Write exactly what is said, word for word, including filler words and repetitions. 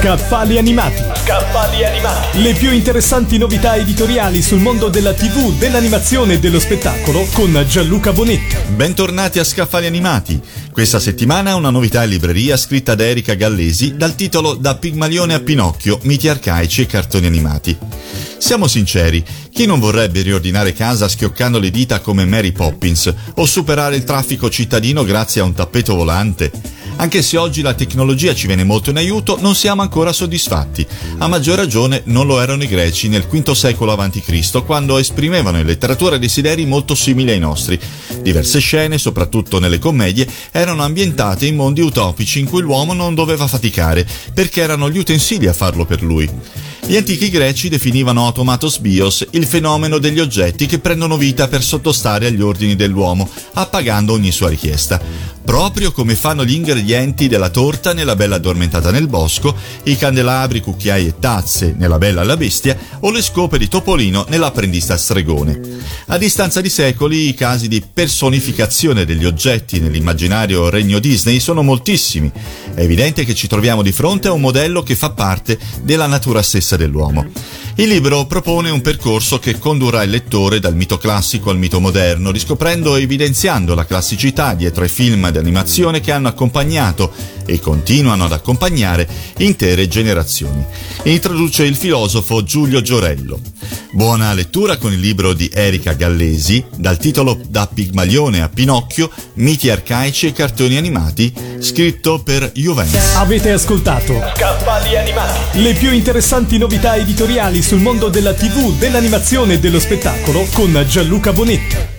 Scaffali animati. Scaffali animati. Le più interessanti novità editoriali sul mondo della tivù, dell'animazione e dello spettacolo con Gianluca Bonetti. Bentornati a Scaffali animati. Questa settimana una novità in libreria scritta da Erika Gallesi dal titolo Da Pigmalione a Pinocchio, miti arcaici e cartoni animati. Siamo sinceri, chi non vorrebbe riordinare casa schioccando le dita come Mary Poppins o superare il traffico cittadino grazie a un tappeto volante? Anche se oggi la tecnologia ci viene molto in aiuto, non siamo ancora soddisfatti. A maggior ragione non lo erano i greci nel quinto secolo avanti Cristo, quando esprimevano in letteratura desideri molto simili ai nostri. Diverse scene, soprattutto nelle commedie, erano ambientate in mondi utopici in cui l'uomo non doveva faticare, perché erano gli utensili a farlo per lui. Gli antichi greci definivano automatos bios il fenomeno degli oggetti che prendono vita per sottostare agli ordini dell'uomo, appagando ogni sua richiesta. Proprio come fanno gli ingredienti della torta nella Bella addormentata nel bosco, i candelabri, cucchiai e tazze nella Bella e la bestia o le scope di Topolino nell'apprendista stregone. A distanza di secoli i casi di personificazione degli oggetti nell'immaginario regno Disney sono moltissimi. È evidente che ci troviamo di fronte a un modello che fa parte della natura stessa dell'uomo. Il libro propone un percorso che condurrà il lettore dal mito classico al mito moderno, riscoprendo e evidenziando la classicità dietro ai film di animazione che hanno accompagnato e continuano ad accompagnare intere generazioni. Introduce il filosofo Giulio Giorello. Buona lettura con il libro di Erika Gallesi, dal titolo Da Pigmalione a Pinocchio, miti arcaici e cartoni animati, scritto per Juventus. Avete ascoltato Scaffali animati. le più interessanti novità editoriali sul mondo della tivù, dell'animazione e dello spettacolo con Gianluca Bonetti.